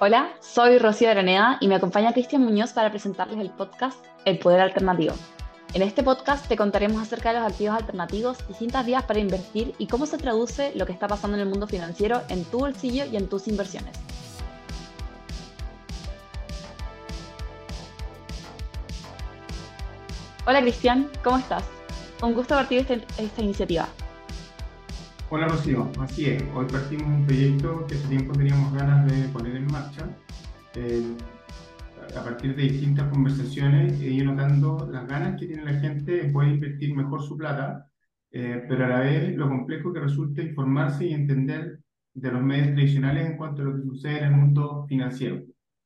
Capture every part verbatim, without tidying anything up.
Hola, soy Rocío Araneda y me acompaña Cristian Muñoz para presentarles el podcast El Poder Alternativo. En este podcast te contaremos acerca de los activos alternativos, distintas vías para invertir y cómo se traduce lo que está pasando en el mundo financiero en tu bolsillo y en tus inversiones. Hola Cristian, ¿cómo estás? Un gusto partir esta, esta iniciativa. Hola Rocío, así es, hoy partimos un proyecto que hace tiempo teníamos ganas de poner en marcha. Eh, a partir de distintas conversaciones he ido notando las ganas que tiene la gente de poder invertir mejor su plata, eh, pero a la vez lo complejo que resulta informarse y entender de los medios tradicionales en cuanto a lo que sucede en el mundo financiero.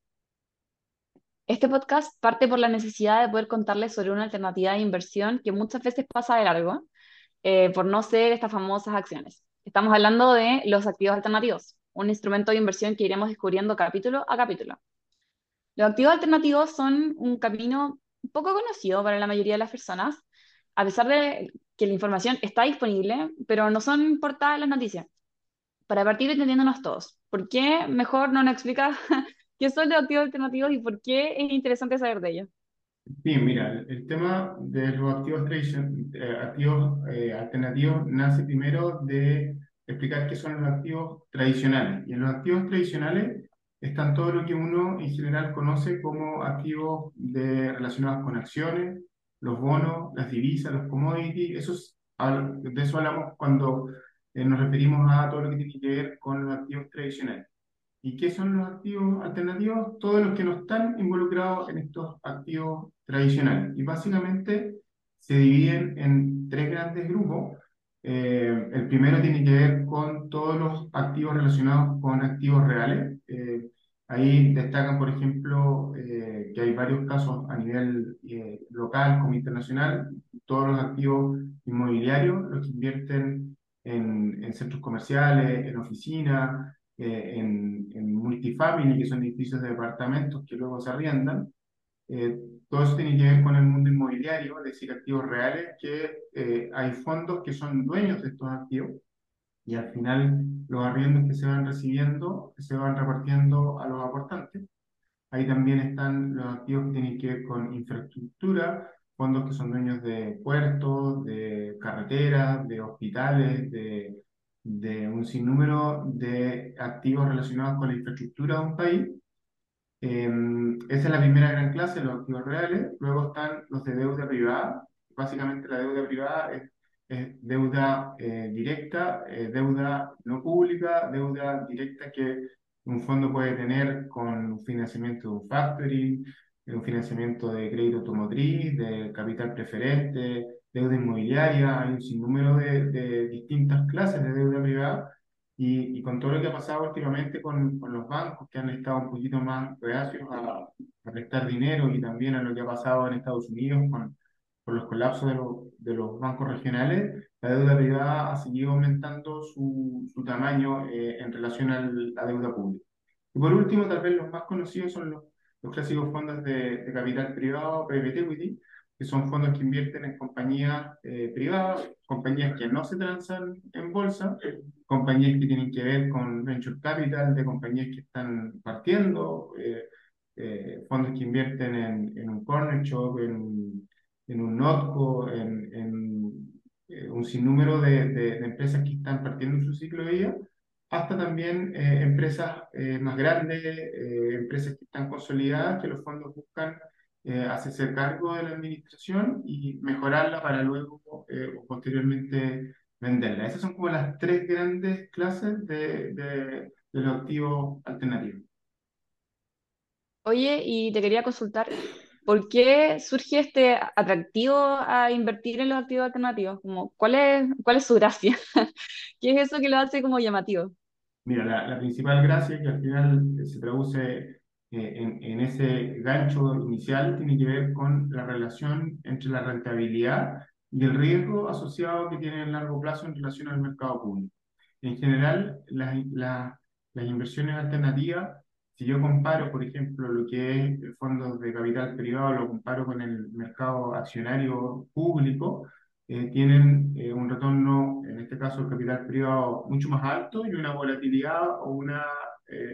Este podcast parte por la necesidad de poder contarles sobre una alternativa de inversión que muchas veces pasa de largo eh, por no ser estas famosas acciones. Estamos hablando de los activos alternativos, un instrumento de inversión que iremos descubriendo capítulo a capítulo. Los activos alternativos son un camino poco conocido para la mayoría de las personas, a pesar de que la información está disponible, pero no son portadas en las noticias. Para partir entendiéndonos todos, ¿por qué mejor no nos explica qué son los activos alternativos y por qué es interesante saber de ellos? Sí, mira, el, el tema de los activos, tradicion- eh, activos eh, alternativos nace primero de explicar qué son los activos tradicionales. Y en los activos tradicionales están todo lo que uno en general conoce como activos de, relacionados con acciones, los bonos, las divisas, los commodities. Eso es al- de eso hablamos cuando eh, nos referimos a todo lo que tiene que ver con los activos tradicionales. ¿Y qué son los activos alternativos? Todos los que no están involucrados en estos activos tradicionales. Y básicamente se dividen en tres grandes grupos. Eh, el primero tiene que ver con todos los activos relacionados con activos reales. Eh, ahí destacan, por ejemplo, eh, que hay varios casos a nivel eh, local como internacional, todos los activos inmobiliarios, los que invierten en, en centros comerciales, en oficinas, eh, en, en multifamily, que son edificios de departamentos que luego se arriendan. Eh, todo eso tiene que ver con el mundo inmobiliario, es decir, activos reales, que eh, hay fondos que son dueños de estos activos y al final los arriendos que se van recibiendo se van repartiendo a los aportantes. Ahí también están los activos que tienen que ver con infraestructura, fondos que son dueños de puertos, de carreteras, de hospitales, de, de un sinnúmero de activos relacionados con la infraestructura de un país. Eh, Esa es la primera gran clase, los activos reales. Luego están los de deuda privada. Básicamente la deuda privada es, es deuda eh, directa, eh, deuda no pública, deuda directa que un fondo puede tener con un financiamiento de un factoring, de un financiamiento de crédito automotriz, de capital preferente, deuda inmobiliaria. Hay un sinnúmero de, de distintas clases de deuda privada y, y con todo lo que ha pasado últimamente con, con los bancos que han estado un poquito más reacios a, a prestar dinero y también a lo que ha pasado en Estados Unidos con, con los colapsos de, los de los bancos regionales, la deuda privada ha seguido aumentando su, su tamaño eh, en relación a la deuda pública. Y por último, tal vez los más conocidos son los, los clásicos fondos de, de capital privado, private equity, que son fondos que invierten en compañías eh, privadas, compañías que no se transan en bolsa, compañías que tienen que ver con venture capital, de compañías que están partiendo, eh, eh, fondos que invierten en, en un corner shop, en, un- en un notco, en, en, eh, un sinnúmero de, de- de empresas que están partiendo en su ciclo de vida, hasta también eh, empresas eh, más grandes, eh, empresas que están consolidadas, que los fondos buscan eh, hacerse cargo de la administración y mejorarla para luego eh, o posteriormente venderla. Esas son como las tres grandes clases de, de, de los activos alternativos. Oye, y te quería consultar, ¿por qué surge este atractivo a invertir en los activos alternativos? Como, ¿cuál es, cuál es su gracia? ¿Qué es eso que lo hace como llamativo? Mira, la, la principal gracia que al final eh, se traduce eh, en, en ese gancho inicial tiene que ver con la relación entre la rentabilidad y el riesgo asociado que tiene en largo plazo en relación al mercado público. En general, las, las, las inversiones alternativas, si yo comparo, por ejemplo, lo que es fondos de capital privado, lo comparo con el mercado accionario público, eh, tienen eh, un retorno, en este caso el capital privado, mucho más alto y una volatilidad o una, eh,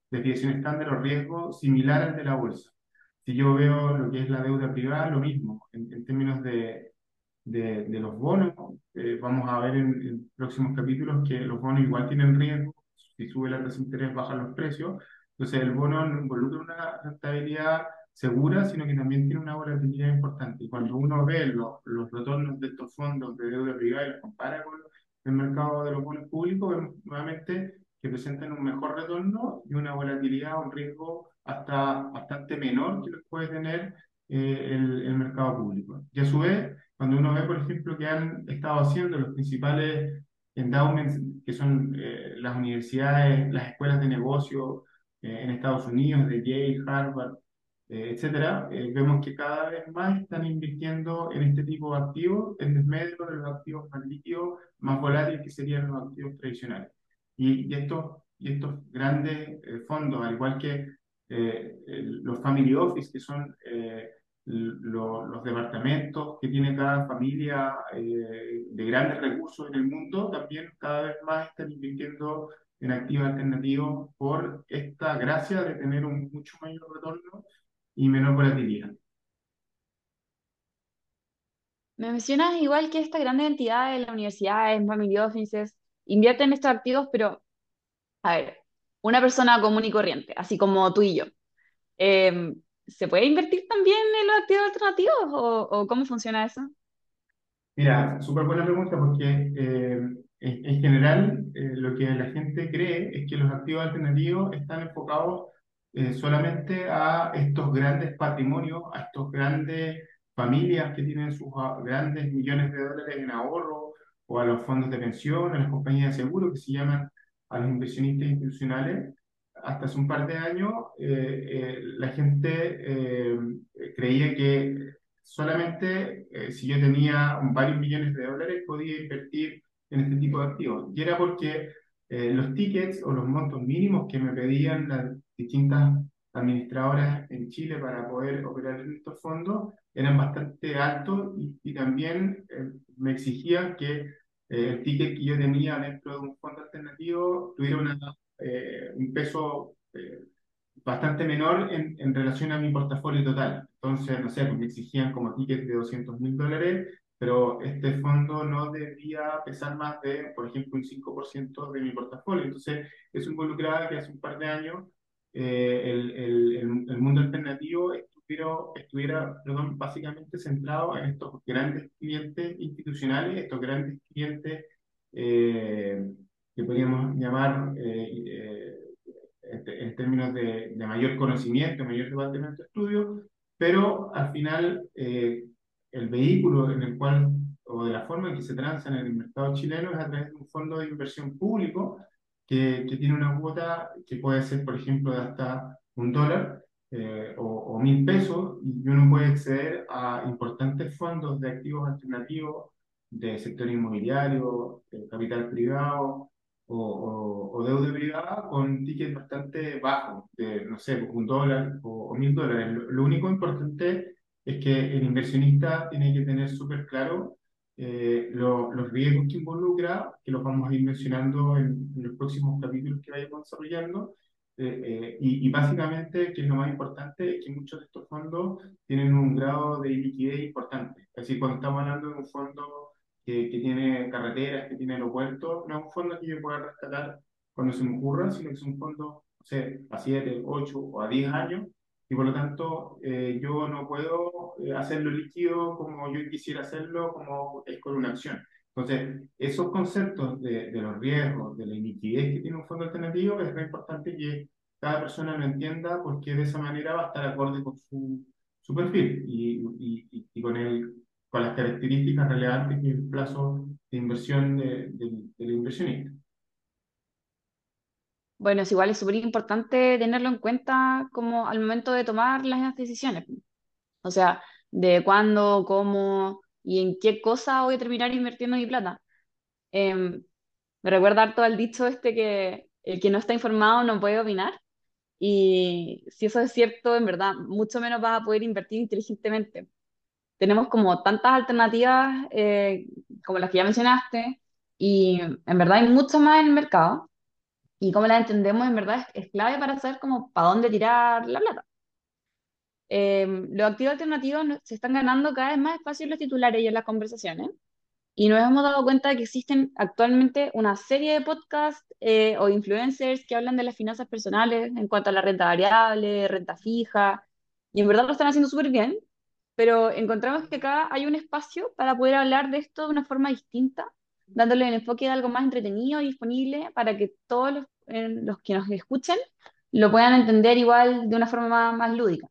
desviación estándar o riesgo similar al de la bolsa. Si yo veo lo que es la deuda privada, lo mismo, en, en términos de, de, de los bonos, eh, vamos a ver en, en próximos capítulos que los bonos igual tienen riesgo, si sube la tasa de interés bajan los precios, entonces el bono no involucra una rentabilidad segura, sino que también tiene una volatilidad importante. Y cuando uno ve los, los retornos de estos fondos de deuda privada y los compara con el mercado de los bonos públicos, vemos nuevamente que presentan un mejor retorno y una volatilidad, un riesgo hasta bastante menor que lo que puede tener eh, el, el mercado público. Y a su vez, cuando uno ve, por ejemplo, que han estado haciendo los principales endowments, que son eh, las universidades, las escuelas de negocio eh, en Estados Unidos, de Yale, Harvard, eh, etcétera, eh, vemos que cada vez más están invirtiendo en este tipo de activos, en desmedro de los activos más líquidos, más volátiles que serían los activos tradicionales. Y, y estos, y estos grandes eh, fondos, al igual que eh, el- los family office, que son eh, lo- los departamentos que tiene cada familia eh, de grandes recursos en el mundo, también cada vez más están invirtiendo en activos alternativos por esta gracia de tener un mucho mayor retorno y menor volatilidad. Me mencionas igual que estas grandes entidades, las universidades, family offices, invierten en estos activos, pero, a ver, una persona común y corriente, así como tú y yo, eh, ¿se puede invertir también en los activos alternativos o, o cómo funciona eso? Mira, súper buena pregunta porque eh, en, en general eh, lo que la gente cree es que los activos alternativos están enfocados eh, solamente a estos grandes patrimonios, a estos grandes familias que tienen sus ah, grandes millones de dólares en ahorro o a los fondos de pensión, a las compañías de seguro que se llaman a los inversionistas institucionales. Hasta hace un par de años eh, eh, la gente eh, creía que solamente eh, si yo tenía varios millones de dólares podía invertir en este tipo de activos. Y era porque eh, los tickets o los montos mínimos que me pedían las distintas administradoras en Chile para poder operar en estos fondos eran bastante altos y, y también eh, me exigían que eh, el ticket que yo tenía dentro de un fondo alternativo tuviera una, eh, un peso eh, bastante menor en, en relación a mi portafolio total. Entonces, no sé, pues me exigían como tickets de doscientos mil dólares, pero este fondo no debía pesar más de, por ejemplo, un cinco por ciento de mi portafolio. Entonces, eso involucraba que hace un par de años eh, el, el, el, el mundo alternativo estuviera, estuviera perdón, básicamente centrado en estos grandes clientes institucionales, estos grandes clientes eh, que podríamos llamar eh, eh, este, en términos de, de mayor conocimiento, mayor departamento de estudio, pero al final eh, el vehículo en el cual, o de la forma en que se transa en el mercado chileno es a través de un fondo de inversión público que, que tiene una cuota que puede ser, por ejemplo, de hasta un dólar eh, o, o mil pesos, y uno puede acceder a importantes fondos de activos alternativos de sector inmobiliario, de capital privado, o, o, o deuda privada con tickets bastante bajos, de, no sé, un dólar o, o mil dólares. Lo, lo único importante es que el inversionista tiene que tener súper claro eh, lo- los riesgos que involucra, que los vamos a ir mencionando en, en los próximos capítulos que vayamos desarrollando. Eh, eh, y, y básicamente, que es lo más importante, es que muchos de estos fondos tienen un grado de liquidez importante. Es decir, cuando estamos hablando de un fondo que, que tiene carreteras, que tiene aeropuertos, no es un fondo que yo pueda rescatar cuando se me ocurra, sino que es un fondo, no sé, a siete ocho o a diez años, y por lo tanto eh, yo no puedo eh, hacerlo líquido como yo quisiera hacerlo, como es con una acción. Entonces, esos conceptos de, de los riesgos, de la liquidez que tiene un fondo alternativo, es muy importante que cada persona lo entienda porque de esa manera va a estar acorde con su, su perfil y, y, y, y con el con las características relevantes y el plazo de inversión de, de, del inversionista. Bueno, es igual es súper importante tenerlo en cuenta como al momento de tomar las decisiones. O sea, de cuándo, cómo y en qué cosa voy a terminar invirtiendo mi plata. Em, Me recuerda harto al dicho este que el que no está informado no puede opinar. Y si eso es cierto, en verdad, mucho menos vas a poder invertir inteligentemente. Tenemos como tantas alternativas eh, como las que ya mencionaste y en verdad hay mucho más en el mercado. y cómo las entendemos en verdad es, es clave para saber cómo para dónde tirar la plata. Eh, los activos alternativos no- se están ganando cada vez más espacio en los titulares y en las conversaciones. Y nos hemos dado cuenta de que existen actualmente una serie de podcasts eh, o influencers que hablan de las finanzas personales en cuanto a la renta variable, renta fija, y en verdad lo están haciendo súper bien, pero encontramos que acá hay un espacio para poder hablar de esto de una forma distinta, dándole el enfoque de algo más entretenido y disponible para que todos los, eh, los que nos escuchen lo puedan entender igual de una forma más, más lúdica.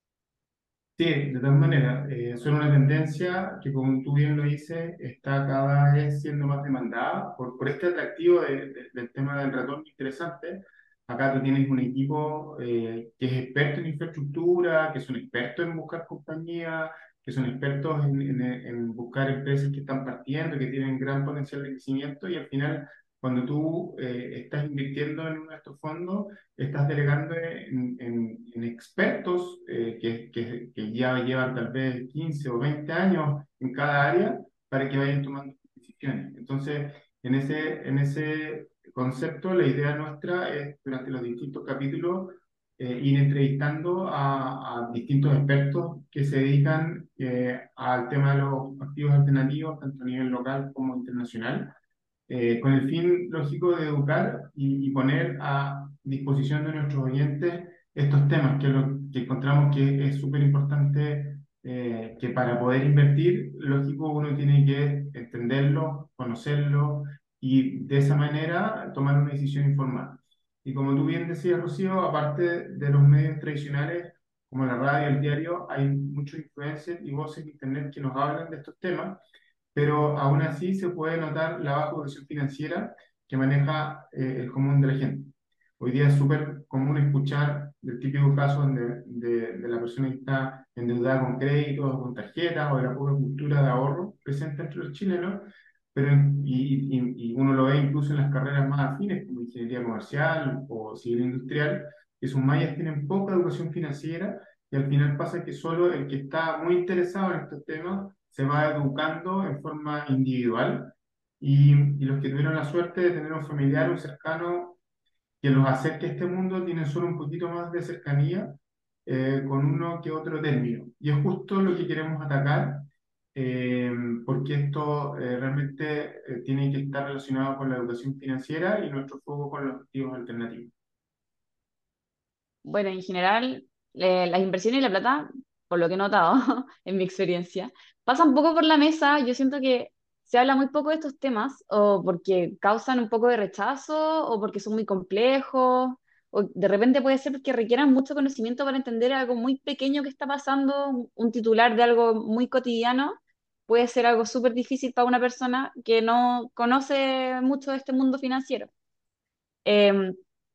Sí, de todas maneras, eh, son una tendencia que, como tú bien lo dices, está cada vez siendo más demandada por, por este atractivo de- de- del tema del retorno interesante. Acá tú tienes un equipo eh, que es experto en infraestructura, que son expertos en buscar compañías, que son expertos en, en- en buscar empresas que están partiendo, que tienen gran potencial de crecimiento y al final, cuando tú eh, estás invirtiendo en uno de estos fondos, estás delegando en, en- en expertos eh, que, que- que ya llevan tal vez quince o veinte años en cada área para que vayan tomando decisiones. Entonces, en ese, en ese concepto, la idea nuestra es, durante los distintos capítulos, eh, ir entrevistando a, a distintos expertos que se dedican eh, al tema de los activos alternativos, tanto a nivel local como internacional, eh, con el fin lógico de educar y, y poner a disposición de nuestros oyentes estos temas, que, lo, que encontramos que es súper importante, eh, que para poder invertir, lógico, uno tiene que entenderlo, conocerlo y de esa manera tomar una decisión informada. Y como tú bien decías, Rocío, aparte de los medios tradicionales, como la radio, el diario, hay muchos influencers y voces en Internet que nos hablan de estos temas, pero aún así se puede notar la baja educación financiera que maneja eh, el común de la gente. Hoy día es súper común escuchar el típico caso donde, de, de la persona que está endeudada con créditos o con tarjetas o de la poca cultura de ahorro presente entre los chilenos, pero en- y, y- y uno lo ve incluso en las carreras más afines como ingeniería comercial o civil industrial, que sus mallas tienen poca educación financiera y al final pasa que solo el que está muy interesado en estos temas se va educando en forma individual y, y los que tuvieron la suerte de tener un familiar, un cercano que los acerque a este mundo tienen solo un poquito más de cercanía eh, con uno que otro término. Y es justo lo que queremos atacar, eh, porque esto eh, realmente eh, tiene que estar relacionado con la educación financiera y nuestro foco con los activos alternativos. Bueno, en general, eh, las inversiones y la plata, por lo que he notado en mi experiencia, pasan poco por la mesa. Yo siento que se habla muy poco de estos temas, o porque causan un poco de rechazo, o porque son muy complejos, o de repente puede ser que requieran mucho conocimiento para entender algo muy pequeño que está pasando, un un titular de algo muy cotidiano. Puede ser algo súper difícil para una persona que no conoce mucho de este mundo financiero. Em,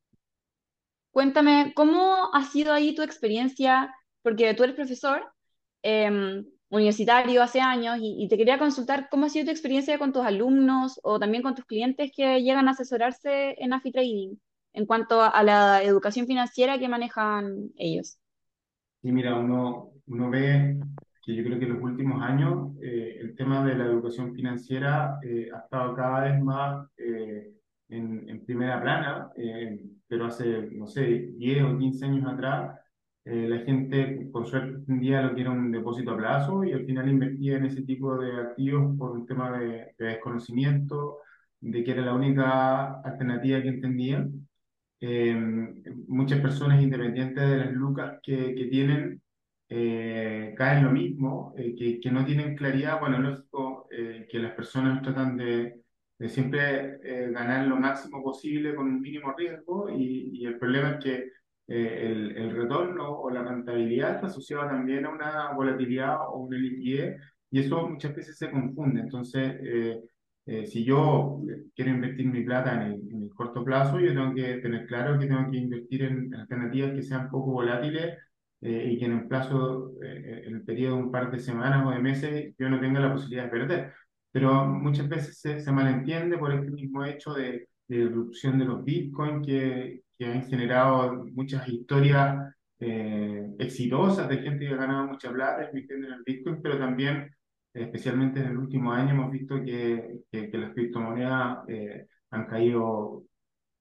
Cuéntame, ¿cómo ha sido ahí tu experiencia? Porque tú eres profesor eh, universitario hace años y, y te quería consultar cómo ha sido tu experiencia con tus alumnos o también con tus clientes que llegan a asesorarse en AfiTrading en cuanto a, a la educación financiera que manejan ellos. Y mira, uno, uno ve que yo creo que en los últimos años eh, el tema de la educación financiera eh, ha estado cada vez más eh, en, en primera plana, eh, pero hace, no sé, diez o quince años atrás, eh, la gente con suerte entendía lo que era un depósito a plazo y al final invertía en ese tipo de activos por un tema de, de desconocimiento, de que era la única alternativa que entendían. eh, Muchas personas independientes de las lucas que, que tienen eh, caen en lo mismo, eh, que, que no tienen claridad. Bueno, lógico eh, que las personas tratan de, de siempre eh, ganar lo máximo posible con un mínimo riesgo y, y el problema es que eh, el, el retorno o la rentabilidad está asociado también a una volatilidad o una liquidez y eso muchas veces se confunde. Entonces, eh, eh, si yo quiero invertir mi plata en el, en el corto plazo, yo tengo que tener claro que tengo que invertir en alternativas que sean poco volátiles eh, y que en el plazo, eh, en el periodo de un par de semanas o de meses, yo no tenga la posibilidad de perder. Pero muchas veces se, se malentiende por este mismo hecho de, de irrupción de los bitcoins que, que han generado muchas historias eh, exitosas de gente que ha ganado mucha plata invirtiendo en el bitcoin, pero también especialmente en el último año hemos visto que, que, que las criptomonedas eh, han caído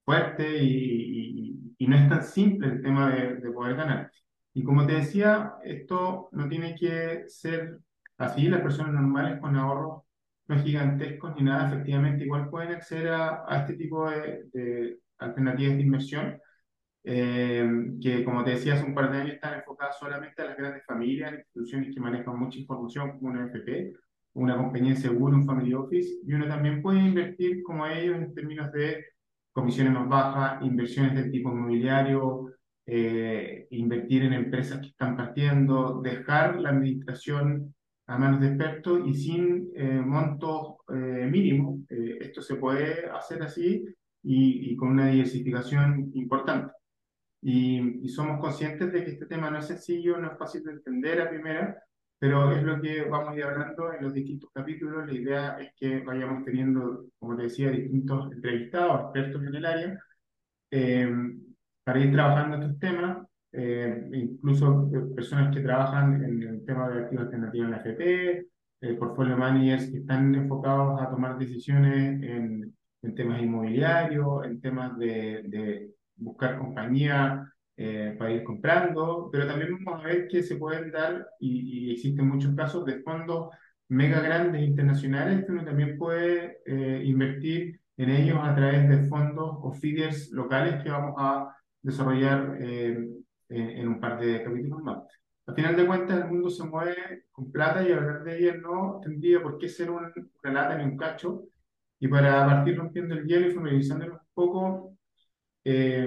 fuerte y, y- y no es tan simple el tema de, de poder ganar. Y como te decía, esto no tiene que ser así, las personas normales con ahorros no gigantescos ni nada, efectivamente, igual pueden acceder a, a este tipo de, de alternativas de inversión eh, que como te decía hace un par de años están enfocadas solamente a las grandes familias, instituciones que manejan mucha información como una F P, una compañía de seguro, un family office, y uno también puede invertir como ellos en términos de comisiones más bajas, inversiones del tipo inmobiliario, eh, invertir en empresas que están partiendo, dejar la administración a manos de expertos y sin eh, montos eh, mínimos. Eh, esto se puede hacer así y, y con una diversificación importante. Y, y somos conscientes de que este tema no es sencillo, no es fácil de entender a primera, pero es lo que vamos a ir hablando en los distintos capítulos. La idea es que vayamos teniendo, como te decía, distintos entrevistados, expertos en el área, eh, para ir trabajando estos temas, eh, incluso eh, personas que trabajan en el tema de activos alternativos en la F P, eh, portfolio managers que están enfocados a tomar decisiones en, en temas inmobiliarios, en temas de, de buscar compañía eh, para ir comprando, pero también vamos a ver que se pueden dar, y, y existen muchos casos de fondos mega grandes internacionales que uno también puede eh, invertir en ellos a través de fondos o feeders locales que vamos a desarrollar eh, en, en un par de capítulos más. Al final de cuentas, el mundo se mueve con plata y hablar de ella no tendría por qué ser un- una lata ni un cacho. Y para partir rompiendo el hielo y familiarizándolo un poco, eh,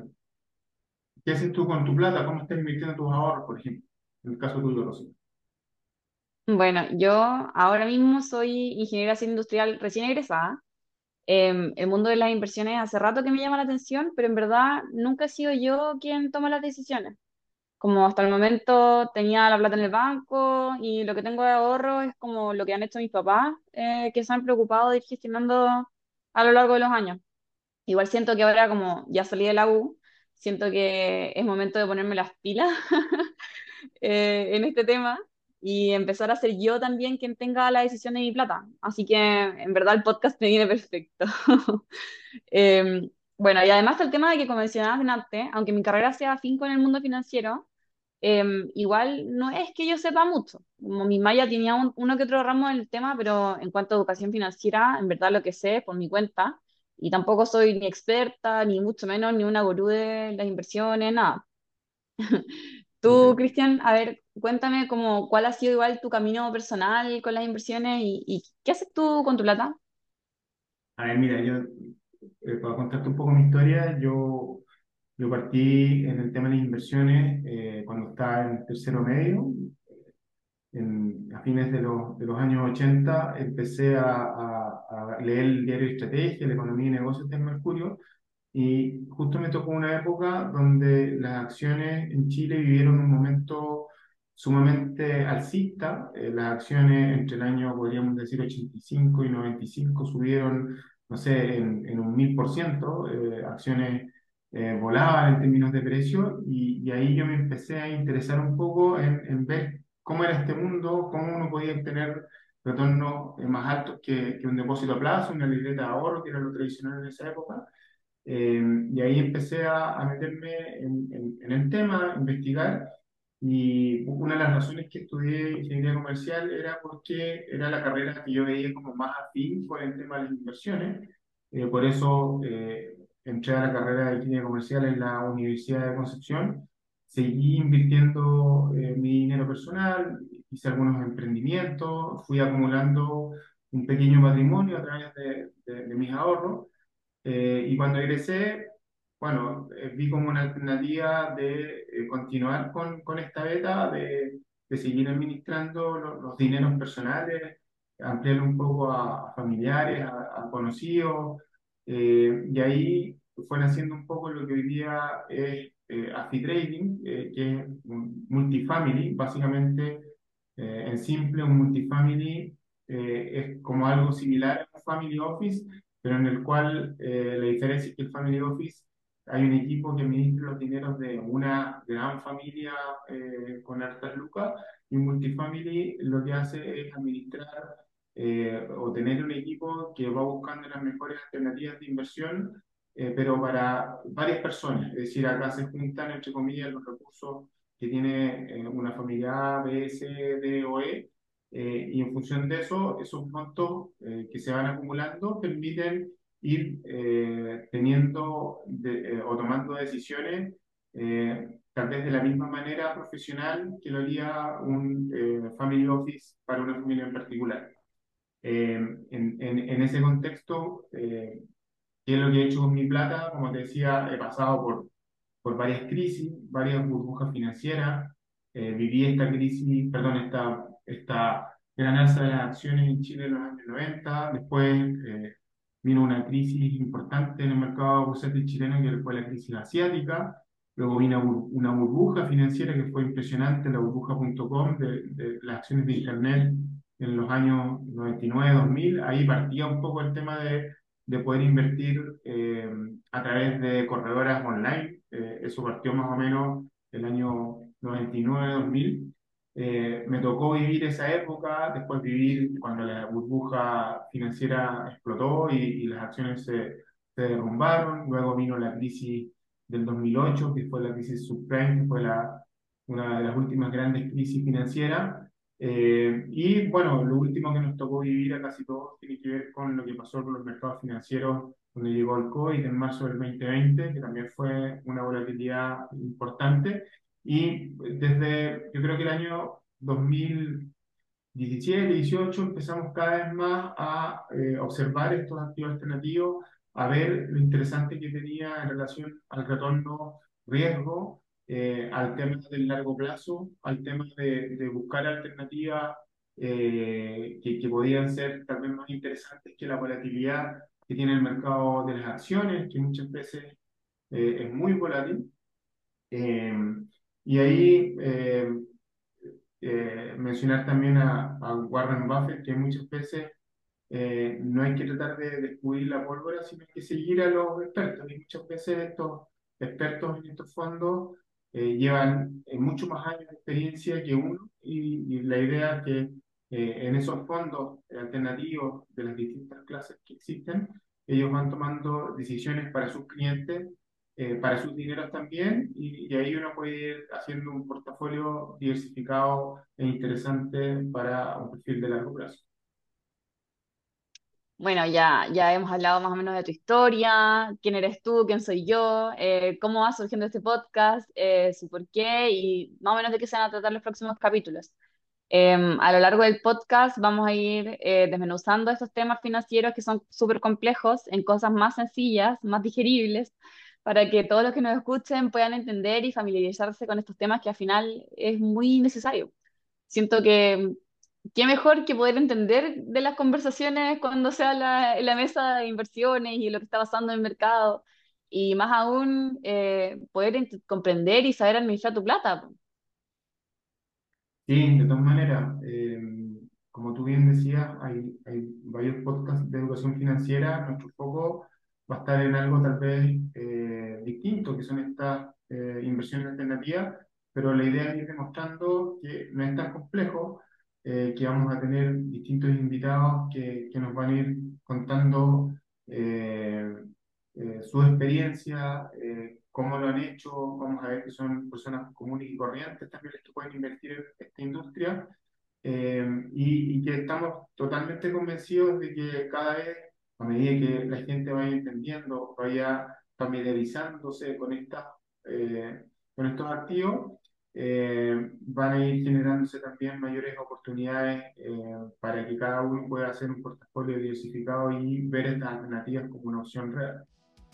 ¿qué haces tú con tu plata? ¿Cómo estás invirtiendo tus ahorros, por ejemplo? En el caso tuyo, Rosy. Bueno, yo ahora mismo soy ingeniera civil industrial recién egresada. Em, el mundo de las inversiones hace rato que me llama la atención, pero en verdad nunca he sido yo quien toma las decisiones. Como hasta el momento tenía la plata en el banco y lo que tengo de ahorro es como lo que han hecho mis papás, eh, que se han preocupado de ir gestionando a lo largo de los años. Igual siento que ahora como ya salí de la U, siento que es momento de ponerme las pilas eh, en este tema y empezar a ser yo también quien tenga la decisión de mi plata. Así que en verdad el podcast me viene perfecto. Eh, bueno, y además está el tema de que, como mencionabas antes, aunque mi carrera sea afín con el mundo financiero, eh, igual no es que yo sepa mucho. Como mi malla tenía un- uno que otro ramo del tema, pero en cuanto a educación financiera, en verdad lo que sé es por mi cuenta. Y tampoco soy ni experta, ni mucho menos, ni una gurú de las inversiones, nada. Tú, Ok. Cristian, a ver, cuéntame como cuál ha sido igual tu camino personal con las inversiones y, y qué haces tú con tu plata. A ver, mira, yo, eh, para contarte un poco mi historia, yo Yo partí en el tema de las inversiones eh, cuando estaba en tercero medio, en, a fines de los, de los años ochenta empecé a, a- a leer el diario Estrategia, la economía y negocios del Mercurio, y justo me tocó una época donde las acciones en Chile vivieron un momento sumamente alcista. Eh, las acciones entre el año, podríamos decir, ochenta y cinco y noventa y cinco subieron, no sé, en, en un mil por ciento. Eh, acciones eh, volaban en términos de precio y, y ahí yo me empecé a interesar un poco en, en ver cómo era este mundo, cómo uno podía obtener retornos eh, más altos que, que un depósito a plazo, una libreta de ahorro, que era lo tradicional en esa época. Eh, y ahí empecé a, a meterme en, en- en el tema, a investigar. Y una de las razones que estudié ingeniería comercial era porque era la carrera que yo veía como más afín con el tema de las inversiones. Eh, por eso eh, entré a la carrera de ingeniería comercial en la Universidad de Concepción. Seguí invirtiendo eh, mi dinero personal, hice algunos emprendimientos, fui acumulando un pequeño patrimonio a través de de- de mis ahorros. Eh, y cuando egresé, bueno, eh, vi como una alternativa de eh, continuar con, con esta beta, de, de seguir administrando lo- los dineros personales, ampliar un poco a, a familiares, a, a conocidos, eh, y ahí fue naciendo un poco lo que hoy día es eh, AfriTrading, eh, que es un multifamily, básicamente, eh, en simple, un multifamily eh, es como algo similar a un family office, pero en el cual eh, la diferencia es que el Family Office hay un equipo que administra los dineros de una gran familia eh, con hartas lucas y Multifamily lo que hace es administrar eh, o tener un equipo que va buscando las mejores alternativas de inversión eh, pero para varias personas. Es decir, acá se juntan, entre comillas, los recursos que tiene eh, una familia A, B, C, D o E, eh, y en función de eso, esos montos eh, que se van acumulando permiten ir eh, teniendo de- eh, o tomando decisiones eh, tal vez de la misma manera profesional que lo haría un eh, family office para una familia en particular. Eh, en, en- en ese contexto, eh, ¿qué es lo que he hecho con mi plata? Como te decía, he pasado por por varias crisis, varias burbujas financieras. Eh, viví esta crisis, perdón, esta, esta gran alza de las acciones en Chile en los años noventa. Después eh, vino una crisis importante en el mercado bursátil chileno, que fue la crisis asiática. Luego vino bur- una burbuja financiera que fue impresionante, la burbuja punto com de, de las acciones de Internet en los años noventa y nueve dos mil. Ahí partía un poco el tema de de poder invertir eh, a través de corredoras online. Eh, eso partió más o menos el año noventa y nueve dos mil. Eh, me tocó vivir esa época, después vivir cuando la burbuja financiera explotó y, y las acciones se, se derrumbaron. Luego vino la crisis del dos mil ocho, que fue la crisis subprime, que fue la, una de las últimas grandes crisis financieras. Eh, y bueno, lo último que nos tocó vivir a casi todos tiene que ver con lo que pasó con los mercados financieros cuando llegó el COVID en marzo del dos mil veinte, que también fue una volatilidad importante. Y desde, yo creo que el año dos mil diecisiete, dieciocho empezamos cada vez más a eh, observar estos activos alternativos, a ver lo interesante que tenía en relación al retorno riesgo, eh, al tema del largo plazo, al tema de, de buscar alternativas eh, que, que podían ser tal vez más interesantes que la volatilidad que tiene el mercado de las acciones, que muchas veces eh, es muy volátil. Eh, y ahí eh, eh, mencionar también a, a Warren Buffett, que muchas veces eh, no hay que tratar de descubrir la pólvora, sino hay que seguir a los expertos. Y muchas veces estos expertos en estos fondos eh, llevan eh, mucho más años de experiencia que uno, y, y la idea es que eh, en esos fondos alternativos de las distintas clases que existen, ellos van tomando decisiones para sus clientes, eh, para sus dineros también, y, y ahí uno puede ir haciendo un portafolio diversificado e interesante para un perfil de largo plazo. Bueno, ya, ya hemos hablado más o menos de tu historia, quién eres tú, quién soy yo, eh, cómo va surgiendo este podcast, eh, su porqué y más o menos de qué se van a tratar los próximos capítulos. Eh, a lo largo del podcast vamos a ir eh, desmenuzando estos temas financieros que son súper complejos en cosas más sencillas, más digeribles, para que todos los que nos escuchen puedan entender y familiarizarse con estos temas que al final es muy necesario. Siento que qué mejor que poder entender de las conversaciones cuando se habla en la mesa de inversiones y lo que está pasando en el mercado, y más aún eh, poder ent- comprender y saber administrar tu plata. Sí, de todas maneras, eh, como tú bien decías, hay, hay varios podcasts de educación financiera. Nuestro foco va a estar en algo tal vez eh, distinto, que son estas eh, inversiones alternativas, pero la idea es ir demostrando que no es tan complejo, eh, que vamos a tener distintos invitados que, que nos van a ir contando eh, eh, su experiencia, eh, cómo lo han hecho. Vamos a ver que son personas comunes y corrientes también las que pueden invertir en esta industria, eh, y, y que estamos totalmente convencidos de que cada vez, a medida que la gente vaya entendiendo, vaya familiarizándose con, esta, eh, con estos activos, eh, van a ir generándose también mayores oportunidades eh, para que cada uno pueda hacer un portafolio diversificado y ver estas alternativas como una opción real.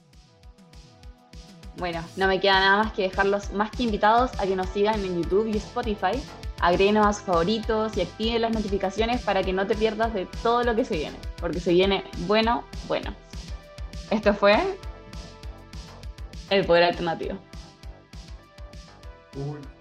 Bueno, no me queda nada más que dejarlos más que invitados a que nos sigan en YouTube y Spotify, agréguenos a sus favoritos y activen las notificaciones para que no te pierdas de todo lo que se viene, porque se viene bueno, bueno. Esto fue El Poder Alternativo. Uy.